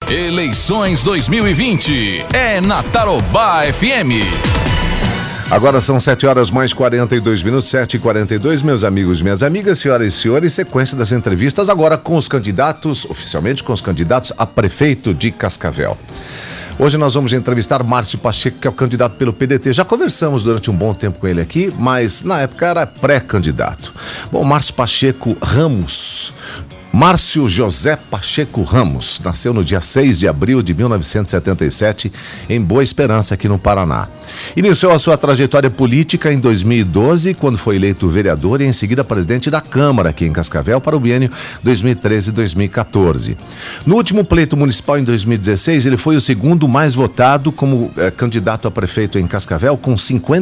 Eleições 2020 é na Tarobá FM. Agora são 7h mais 42 minutos, 7h42, meus amigos e minhas amigas, senhoras e senhores, sequência das entrevistas agora com os candidatos, oficialmente com os candidatos a prefeito de Cascavel. Hoje nós vamos entrevistar Márcio Pacheco, que é o candidato pelo PDT. Já conversamos durante um bom tempo com ele aqui, mas na época era pré-candidato. Bom, Márcio Pacheco Ramos, Márcio José Pacheco Ramos, nasceu no dia 6 de abril de 1977 em Boa Esperança, aqui no Paraná. Iniciou a sua trajetória política em 2012, quando foi eleito vereador e em seguida presidente da Câmara aqui em Cascavel para o biênio 2013-2014. No último pleito municipal em 2016, ele foi o segundo mais votado como candidato a prefeito em Cascavel, com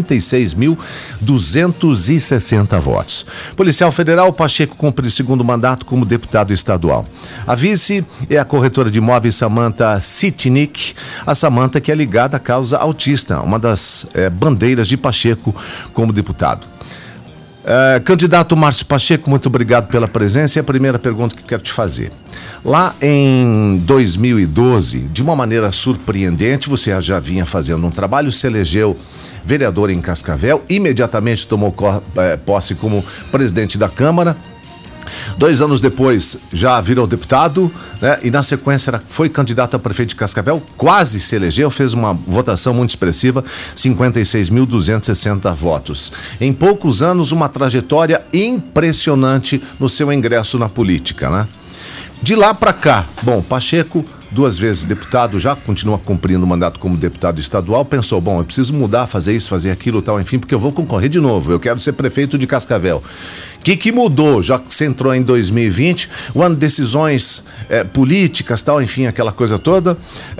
56.260 votos. Policial Federal, Pacheco cumpre o segundo mandato como deputado estadual. A vice é a corretora de imóveis Samantha Sitnik, a Samantha que é ligada à causa autista, uma das bandeiras de Pacheco como deputado. Candidato Márcio Pacheco, muito obrigado pela presença. E a primeira pergunta que eu quero te fazer. Lá em 2012, de uma maneira surpreendente, você já vinha fazendo um trabalho, se elegeu vereador em Cascavel, imediatamente tomou posse como presidente da Câmara. 2 anos depois já virou deputado, né? E na sequência foi candidato a prefeito de Cascavel, quase se elegeu, fez uma votação muito expressiva, 56.260 votos. Em poucos anos, uma trajetória impressionante no seu ingresso na política, né? De lá para cá, bom, Pacheco, 2 vezes deputado, já continua cumprindo o mandato como deputado estadual, pensou, bom, eu preciso mudar, fazer isso, fazer aquilo, tal, enfim, porque eu vou concorrer de novo, eu quero ser prefeito de Cascavel. O que mudou, já que você entrou em 2020, o ano de decisões políticas, tal, enfim, aquela coisa toda,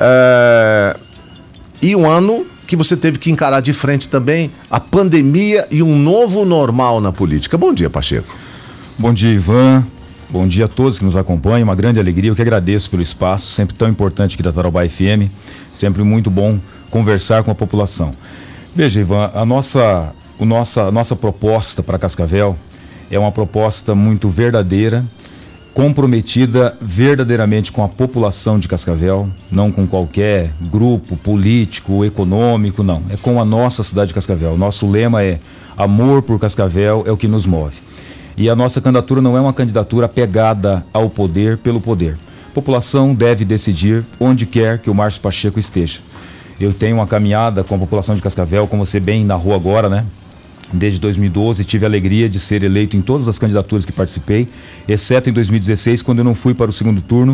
e um ano que você teve que encarar de frente também a pandemia e um novo normal na política. Bom dia, Pacheco. Bom dia, Ivan. Bom dia a todos que nos acompanham, uma grande alegria, eu que agradeço pelo espaço, sempre tão importante aqui da Tarobá FM, sempre muito bom conversar com a população. Veja, Ivan, a nossa proposta para Cascavel é uma proposta muito verdadeira, comprometida verdadeiramente com a população de Cascavel, não com qualquer grupo político, econômico, não, é com a nossa cidade de Cascavel. O nosso lema é amor por Cascavel, é o que nos move. E a nossa candidatura não é uma candidatura apegada ao poder pelo poder. A população deve decidir onde quer que o Márcio Pacheco esteja. Eu tenho uma caminhada com a população de Cascavel, como você bem narrou agora, né? Desde 2012, tive a alegria de ser eleito em todas as candidaturas que participei, exceto em 2016, quando eu não fui para o segundo turno,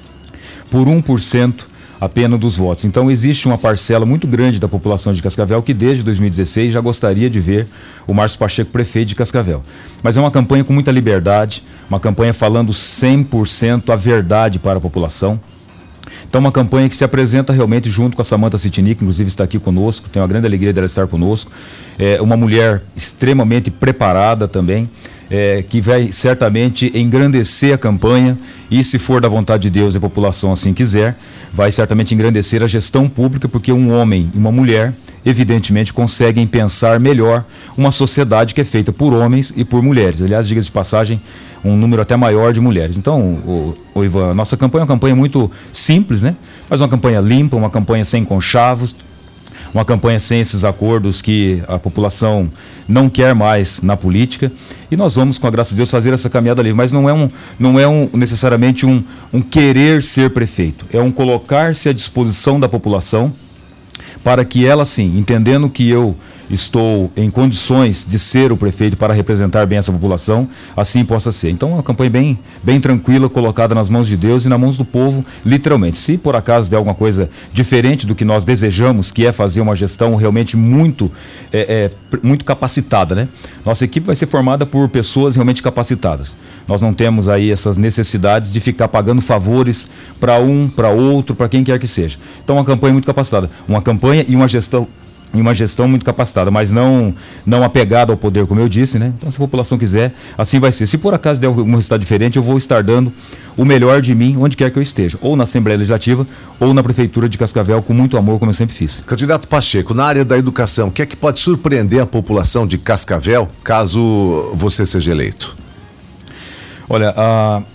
por 1% apenas dos votos. Então existe uma parcela muito grande da população de Cascavel que desde 2016 já gostaria de ver o Márcio Pacheco prefeito de Cascavel. Mas é uma campanha com muita liberdade, uma campanha falando 100% a verdade para a população. Então uma campanha que se apresenta realmente junto com a Samantha Sitnik, que inclusive está aqui conosco, tenho a grande alegria dela estar conosco. É uma mulher extremamente preparada também, que vai certamente engrandecer a campanha e, se for da vontade de Deus e a população assim quiser, vai certamente engrandecer a gestão pública, porque um homem e uma mulher, evidentemente, conseguem pensar melhor uma sociedade que é feita por homens e por mulheres. Aliás, diga-se de passagem, um número até maior de mulheres. Então, Ivan, nossa campanha é uma campanha muito simples, né? Mas uma campanha limpa, uma campanha sem conchavos, uma campanha sem esses acordos que a população não quer mais na política, e nós vamos, com a graça de Deus, fazer essa caminhada livre, mas não é necessariamente um querer ser prefeito, é um colocar-se à disposição da população para que ela, sim, entendendo que eu estou em condições de ser o prefeito para representar bem essa população, assim possa ser. Então é uma campanha bem tranquila, colocada nas mãos de Deus e nas mãos do povo, literalmente. Se por acaso der alguma coisa diferente do que nós desejamos, que é fazer uma gestão realmente muito capacitada, né? Nossa equipe vai ser formada por pessoas realmente capacitadas. Nós não temos aí essas necessidades de ficar pagando favores para um, para outro, para quem quer que seja. Então uma campanha muito capacitada, uma campanha e uma gestão muito capacitada, mas não apegada ao poder, como eu disse, né? Então, se a população quiser, assim vai ser. Se por acaso der algum resultado diferente, eu vou estar dando o melhor de mim, onde quer que eu esteja, ou na Assembleia Legislativa, ou na Prefeitura de Cascavel, com muito amor, como eu sempre fiz. Candidato Pacheco, na área da educação, o que é que pode surpreender a população de Cascavel, caso você seja eleito? Olha,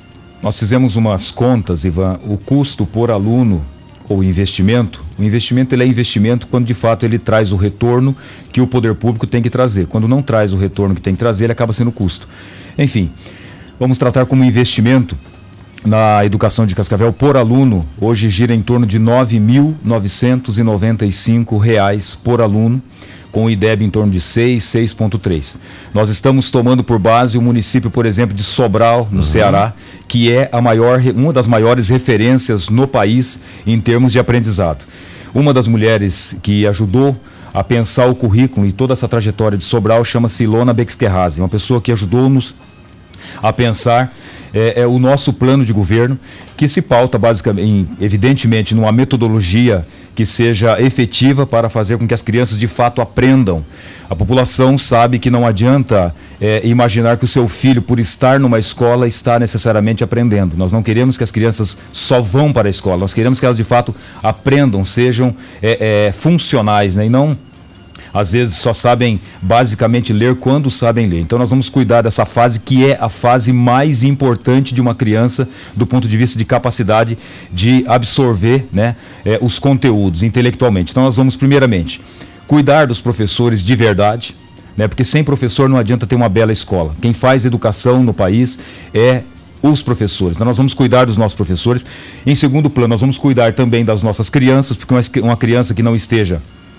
Nós fizemos umas contas, Ivan, o custo por aluno ou investimento, o investimento ele é investimento quando de fato ele traz o retorno que o poder público tem que trazer. Quando não traz o retorno que tem que trazer, ele acaba sendo custo. Enfim, vamos tratar como investimento na educação de Cascavel por aluno, hoje gira em torno de R$ 9.995 por aluno, com o IDEB em torno de 6,3. Nós estamos tomando por base o município, por exemplo, de Sobral, no Ceará, que é uma das maiores referências no país em termos de aprendizado. Uma das mulheres que ajudou a pensar o currículo e toda essa trajetória de Sobral chama-se Ilona Bexterrazi, uma pessoa que ajudou-nos a pensar o nosso plano de governo, que se pauta basicamente, evidentemente, numa metodologia que seja efetiva para fazer com que as crianças de fato aprendam. A população sabe que não adianta imaginar que o seu filho, por estar numa escola, está necessariamente aprendendo. Nós não queremos que as crianças só vão para a escola, nós queremos que elas de fato aprendam, sejam funcionais, né? E não às vezes só sabem basicamente ler quando sabem ler. Então nós vamos cuidar dessa fase que é a fase mais importante de uma criança do ponto de vista de capacidade de absorver, né, os conteúdos intelectualmente. Então nós vamos primeiramente cuidar dos professores de verdade, né, porque sem professor não adianta ter uma bela escola. Quem faz educação no país é os professores. Então nós vamos cuidar dos nossos professores. Em segundo plano, nós vamos cuidar também das nossas crianças, porque uma criança que não esteja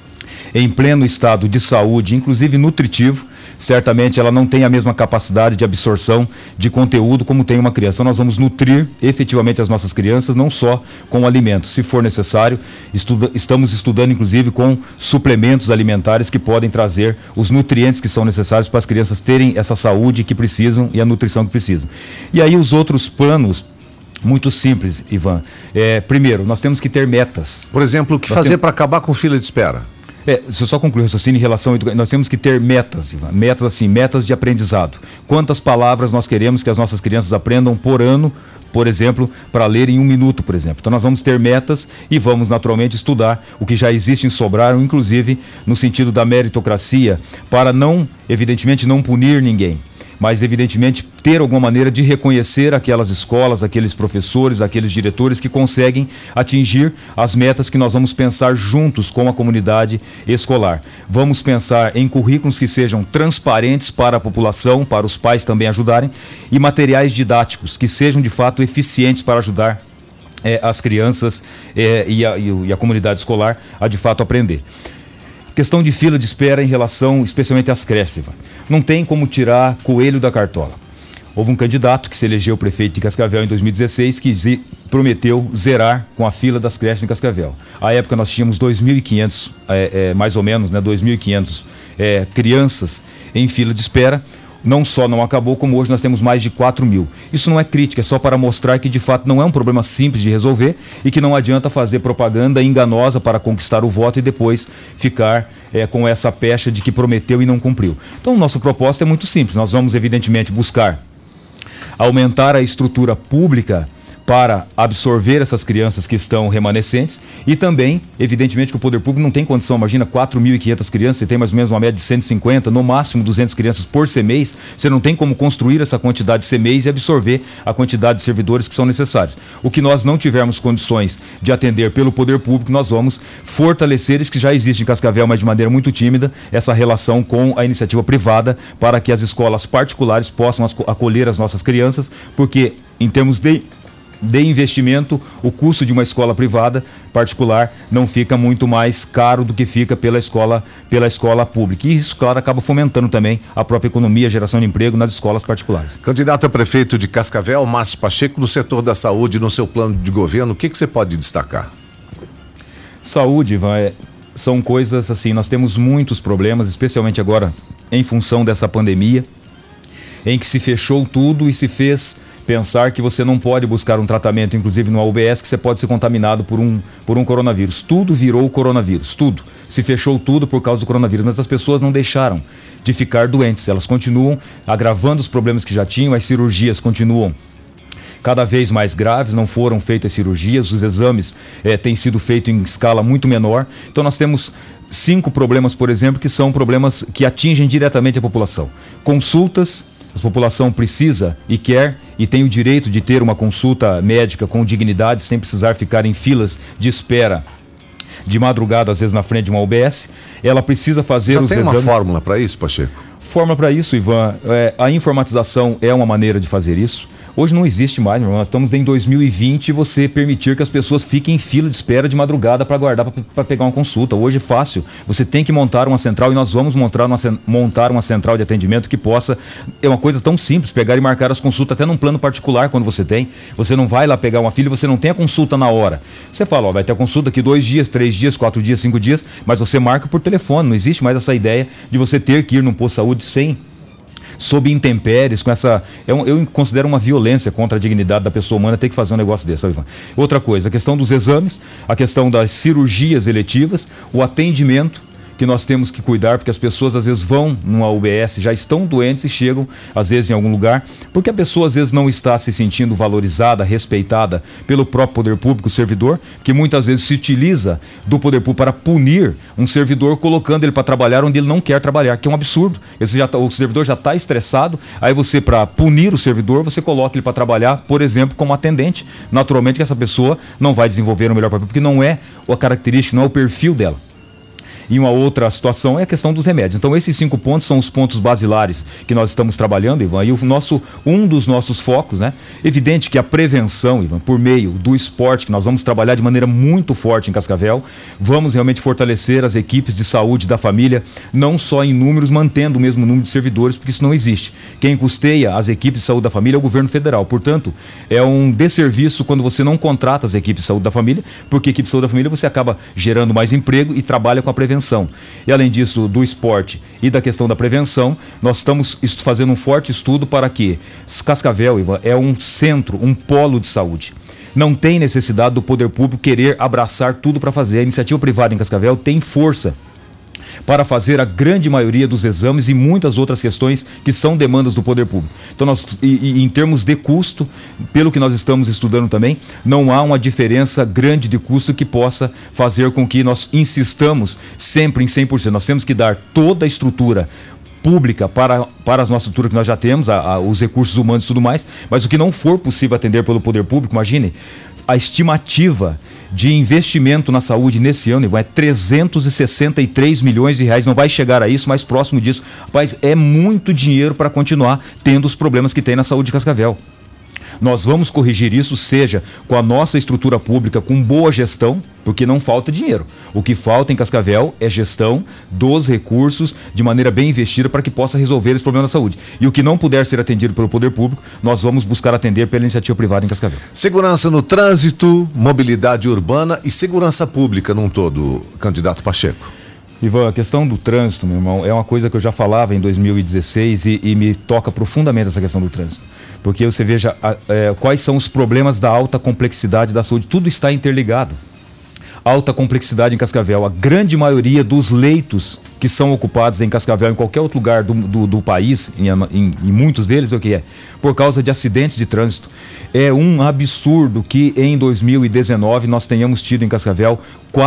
em pleno estado de saúde, inclusive nutritivo, certamente ela não tem a mesma capacidade de absorção de conteúdo como tem uma criança. Então nós vamos nutrir efetivamente as nossas crianças, não só com alimentos, se for necessário. Estamos estudando inclusive com suplementos alimentares que podem trazer os nutrientes que são necessários para as crianças terem essa saúde que precisam e a nutrição que precisam. E aí os outros planos, muito simples, Ivan. Primeiro, nós temos que ter metas. Por exemplo, o que fazer para acabar com fila de espera? Se eu só concluir o raciocínio em relação à educação, nós temos que ter metas, Ivan, metas de aprendizado. Quantas palavras nós queremos que as nossas crianças aprendam por ano, por exemplo, para ler em 1 minuto, por exemplo. Então nós vamos ter metas e vamos naturalmente estudar o que já existe em Sobral, inclusive no sentido da meritocracia, para evidentemente não punir ninguém, mas evidentemente ter alguma maneira de reconhecer aquelas escolas, aqueles professores, aqueles diretores que conseguem atingir as metas que nós vamos pensar juntos com a comunidade escolar. Vamos pensar em currículos que sejam transparentes para a população, para os pais também ajudarem, e materiais didáticos que sejam de fato eficientes para ajudar as crianças e a comunidade escolar a de fato aprender. Questão de fila de espera em relação especialmente às creches. Não tem como tirar coelho da cartola. Houve um candidato que se elegeu prefeito de Cascavel em 2016 que prometeu zerar com a fila das creches em Cascavel. À época nós tínhamos 2.500, mais ou menos, né, 2.500 crianças em fila de espera. Não só não acabou, como hoje nós temos mais de 4.000. Isso não é crítica, é só para mostrar que de fato não é um problema simples de resolver e que não adianta fazer propaganda enganosa para conquistar o voto e depois ficar com essa pecha de que prometeu e não cumpriu. Então, nossa proposta é muito simples. Nós vamos, evidentemente, buscar aumentar a estrutura pública para absorver essas crianças que estão remanescentes e também, evidentemente, que o poder público não tem condição. Imagina 4.500 crianças, você tem mais ou menos uma média de 150, no máximo 200 crianças por semestre, você não tem como construir essa quantidade de semestres e absorver a quantidade de servidores que são necessários. O que nós não tivermos condições de atender pelo poder público, nós vamos fortalecer isso que já existe em Cascavel, mas de maneira muito tímida, essa relação com a iniciativa privada para que as escolas particulares possam acolher as nossas crianças, porque em termos de investimento, o custo de uma escola privada particular não fica muito mais caro do que fica pela escola pública. E isso, claro, acaba fomentando também a própria economia, a geração de emprego nas escolas particulares. Candidato a prefeito de Cascavel, Márcio Pacheco, no setor da saúde, no seu plano de governo, o que você pode destacar? Saúde, Ivan, são coisas assim, nós temos muitos problemas, especialmente agora em função dessa pandemia, em que se fechou tudo e se fez pensar que você não pode buscar um tratamento, inclusive no UBS, que você pode ser contaminado por um coronavírus. Tudo virou coronavírus, tudo. Se fechou tudo por causa do coronavírus, mas as pessoas não deixaram de ficar doentes. Elas continuam agravando os problemas que já tinham, as cirurgias continuam cada vez mais graves, não foram feitas cirurgias, os exames têm sido feitos em escala muito menor. Então nós temos 5 problemas, por exemplo, que são problemas que atingem diretamente a população. Consultas A população precisa e quer e tem o direito de ter uma consulta médica com dignidade, sem precisar ficar em filas de espera de madrugada, às vezes na frente de uma UBS. Ela precisa fazer os exames. Já tem uma fórmula para isso, Pacheco? Fórmula para isso, Ivan. A informatização é uma maneira de fazer isso. Hoje não existe mais, meu irmão. Nós estamos em 2020 e você permitir que as pessoas fiquem em fila de espera de madrugada para aguardar para pegar uma consulta. Hoje é fácil. Você tem que montar uma central e nós vamos montar uma central de atendimento que possa... É uma coisa tão simples, pegar e marcar as consultas até num plano particular quando você tem. Você não vai lá pegar uma fila, você não tem a consulta na hora. Você fala, ó, vai ter a consulta aqui 2 dias, 3 dias, 4 dias, 5 dias, mas você marca por telefone. Não existe mais essa ideia de você ter que ir num posto de saúde sob intempéries, com essa... Eu considero uma violência contra a dignidade da pessoa humana ter que fazer um negócio desse, sabe, Ivan? Outra coisa, a questão dos exames, a questão das cirurgias eletivas, o atendimento que nós temos que cuidar, porque as pessoas às vezes vão numa UBS, já estão doentes e chegam às vezes em algum lugar, porque a pessoa às vezes não está se sentindo valorizada, respeitada pelo próprio poder público, o servidor, que muitas vezes se utiliza do poder público para punir um servidor, colocando ele para trabalhar onde ele não quer trabalhar, que é um absurdo. O servidor já está estressado, aí você, para punir o servidor, você coloca ele para trabalhar, por exemplo, como atendente. Naturalmente que essa pessoa não vai desenvolver o melhor papel, porque não é a característica, não é o perfil dela. E uma outra situação é a questão dos remédios. Então esses 5 pontos são os pontos basilares que nós estamos trabalhando, Ivan, e um dos nossos focos, né? Evidente que a prevenção, Ivan, por meio do esporte, que nós vamos trabalhar de maneira muito forte em Cascavel, vamos realmente fortalecer as equipes de saúde da família, não só em números, mantendo o mesmo número de servidores, porque isso não existe. Quem custeia as equipes de saúde da família é o governo federal. Portanto, é um desserviço quando você não contrata as equipes de saúde da família, porque a equipe de saúde da família você acaba gerando mais emprego e trabalha com a prevenção. E além disso, do esporte e da questão da prevenção, nós estamos fazendo um forte estudo para que Cascavel, Ivan, é um centro, um polo de saúde. Não tem necessidade do poder público querer abraçar tudo para fazer. A iniciativa privada em Cascavel tem força para fazer a grande maioria dos exames e muitas outras questões que são demandas do poder público. Então, em termos de custo, pelo que nós estamos estudando também, não há uma diferença grande de custo que possa fazer com que nós insistamos sempre em 100%. Nós temos que dar toda a estrutura pública para as nossas estruturas que nós já temos, os recursos humanos e tudo mais, mas o que não for possível atender pelo poder público, imagine, a estimativa de investimento na saúde nesse ano é 363 milhões de reais, não vai chegar a isso, mas próximo disso. Rapaz, é muito dinheiro para continuar tendo os problemas que tem na saúde de Cascavel. Nós vamos corrigir isso, seja com a nossa estrutura pública, com boa gestão, porque não falta dinheiro. O que falta em Cascavel é gestão dos recursos de maneira bem investida para que possa resolver esse problema da saúde. E o que não puder ser atendido pelo poder público, nós vamos buscar atender pela iniciativa privada em Cascavel. Segurança no trânsito, mobilidade urbana e segurança pública num todo, candidato Pacheco. Ivan, a questão do trânsito, meu irmão, é uma coisa que eu já falava em 2016 e me toca profundamente essa questão do trânsito. Porque você veja quais são os problemas da alta complexidade da saúde. Tudo está interligado. Alta complexidade em Cascavel. A grande maioria dos leitos que são ocupados em Cascavel, em qualquer outro lugar do país, em muitos deles, é o que é? Por causa de acidentes de trânsito. É um absurdo que em 2019 nós tenhamos tido em Cascavel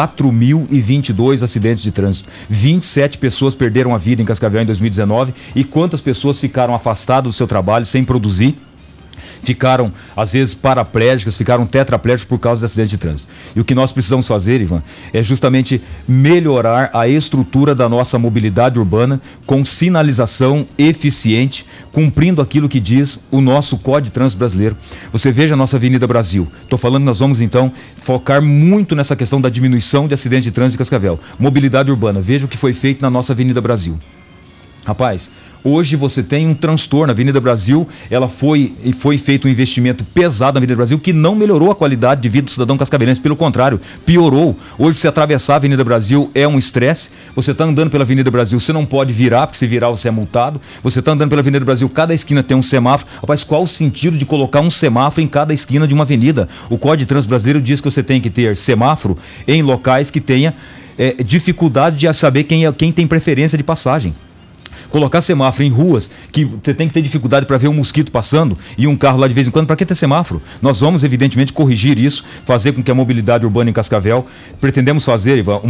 4.022 acidentes de trânsito. 27 pessoas perderam a vida em Cascavel em 2019 e quantas pessoas ficaram afastadas do seu trabalho sem produzir? Ficaram, às vezes, paraplégicas, ficaram tetraplégicas por causa de acidente de trânsito. E o que nós precisamos fazer, Ivan, é justamente melhorar a estrutura da nossa mobilidade urbana com sinalização eficiente, cumprindo aquilo que diz o nosso Código de Trânsito Brasileiro. Você veja a nossa Avenida Brasil. Estou falando que nós vamos, então, focar muito nessa questão da diminuição de acidentes de trânsito em Cascavel. Mobilidade urbana. Veja o que foi feito na nossa Avenida Brasil. Rapaz, hoje você tem um transtorno. A Avenida Brasil, foi feito um investimento pesado na Avenida Brasil que não melhorou a qualidade de vida do cidadão cascavelense, pelo contrário, piorou. Hoje você atravessar a Avenida Brasil é um estresse. Você está andando pela Avenida Brasil, você não pode virar, porque se virar você é multado. Você está andando pela Avenida Brasil, cada esquina tem um semáforo. Rapaz, qual o sentido de colocar um semáforo em cada esquina de uma avenida? O Código de Trânsito Brasileiro diz que você tem que ter semáforo em locais que tenha dificuldade de saber quem tem preferência de passagem. Colocar semáforo em ruas que você tem que ter dificuldade para ver um mosquito passando e um carro lá de vez em quando, para que ter semáforo? Nós vamos, evidentemente, corrigir isso, fazer com que a mobilidade urbana em Cascavel, pretendemos fazer, Ivan,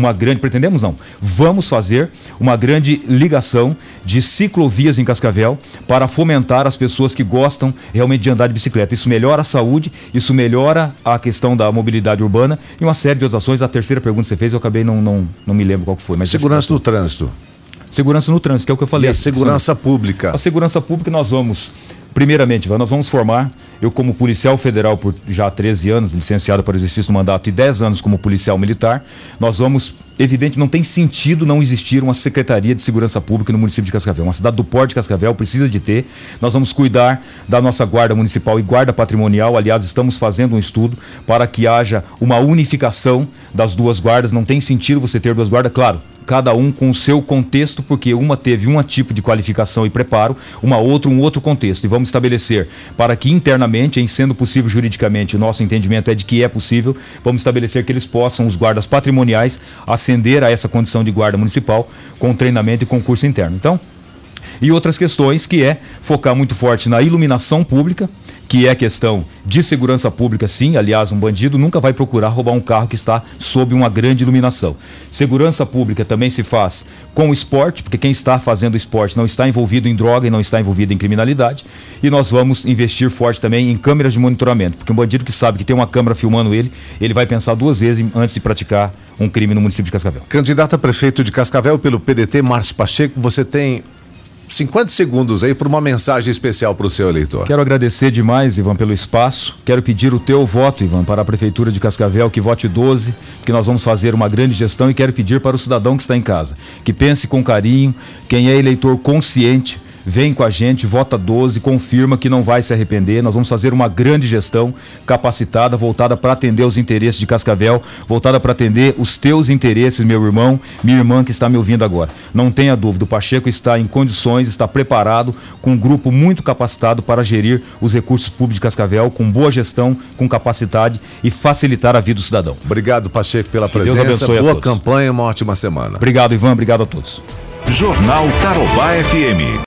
vamos fazer uma grande ligação de ciclovias em Cascavel para fomentar as pessoas que gostam realmente de andar de bicicleta. Isso melhora a saúde, isso melhora a questão da mobilidade urbana e uma série de outras ações. A terceira pergunta que você fez, eu acabei não me lembro qual que foi. Mas segurança no trânsito. Segurança no trânsito, que é o que eu falei. E a segurança pública? A segurança pública nós vamos, primeiramente, nós vamos formar, eu como policial federal por já 13 anos, licenciado para o exercício do mandato e 10 anos como policial militar, nós vamos, evidente, não tem sentido não existir uma Secretaria de Segurança Pública no município de Cascavel. Uma cidade do porte de Cascavel precisa de ter. Nós vamos cuidar da nossa guarda municipal e guarda patrimonial. Aliás, estamos fazendo um estudo para que haja uma unificação das duas guardas. Não tem sentido você ter duas guardas, claro, cada um com o seu contexto, porque uma teve um tipo de qualificação e preparo, uma outra um outro contexto. E vamos estabelecer para que internamente, em sendo possível juridicamente, o nosso entendimento é de que é possível, vamos estabelecer que eles possam, os guardas patrimoniais, ascender a essa condição de guarda municipal com treinamento e concurso interno. Então, e outras questões que é focar muito forte na iluminação pública, que é questão de segurança pública, sim. Aliás, um bandido nunca vai procurar roubar um carro que está sob uma grande iluminação. Segurança pública também se faz com o esporte, porque quem está fazendo esporte não está envolvido em droga e não está envolvido em criminalidade. E nós vamos investir forte também em câmeras de monitoramento, porque um bandido que sabe que tem uma câmera filmando ele vai pensar duas vezes antes de praticar um crime no município de Cascavel. Candidato a prefeito de Cascavel pelo PDT, Márcio Pacheco, você tem 50 segundos aí para uma mensagem especial para o seu eleitor. Quero agradecer demais, Ivan, pelo espaço. Quero pedir o teu voto, Ivan, para a Prefeitura de Cascavel, que vote 12, que nós vamos fazer uma grande gestão, e quero pedir para o cidadão que está em casa, que pense com carinho, quem é eleitor consciente, vem com a gente, vota 12, confirma que não vai se arrepender. Nós vamos fazer uma grande gestão capacitada, voltada para atender os interesses de Cascavel, voltada para atender os teus interesses, meu irmão, minha irmã que está me ouvindo agora. Não tenha dúvida, o Pacheco está em condições, está preparado, com um grupo muito capacitado para gerir os recursos públicos de Cascavel, com boa gestão, com capacidade e facilitar a vida do cidadão. Obrigado, Pacheco, pela Deus presença. abençoe a Boa todos. campanha, uma ótima semana. Obrigado, Ivan, obrigado a todos. Jornal Tarobá FM.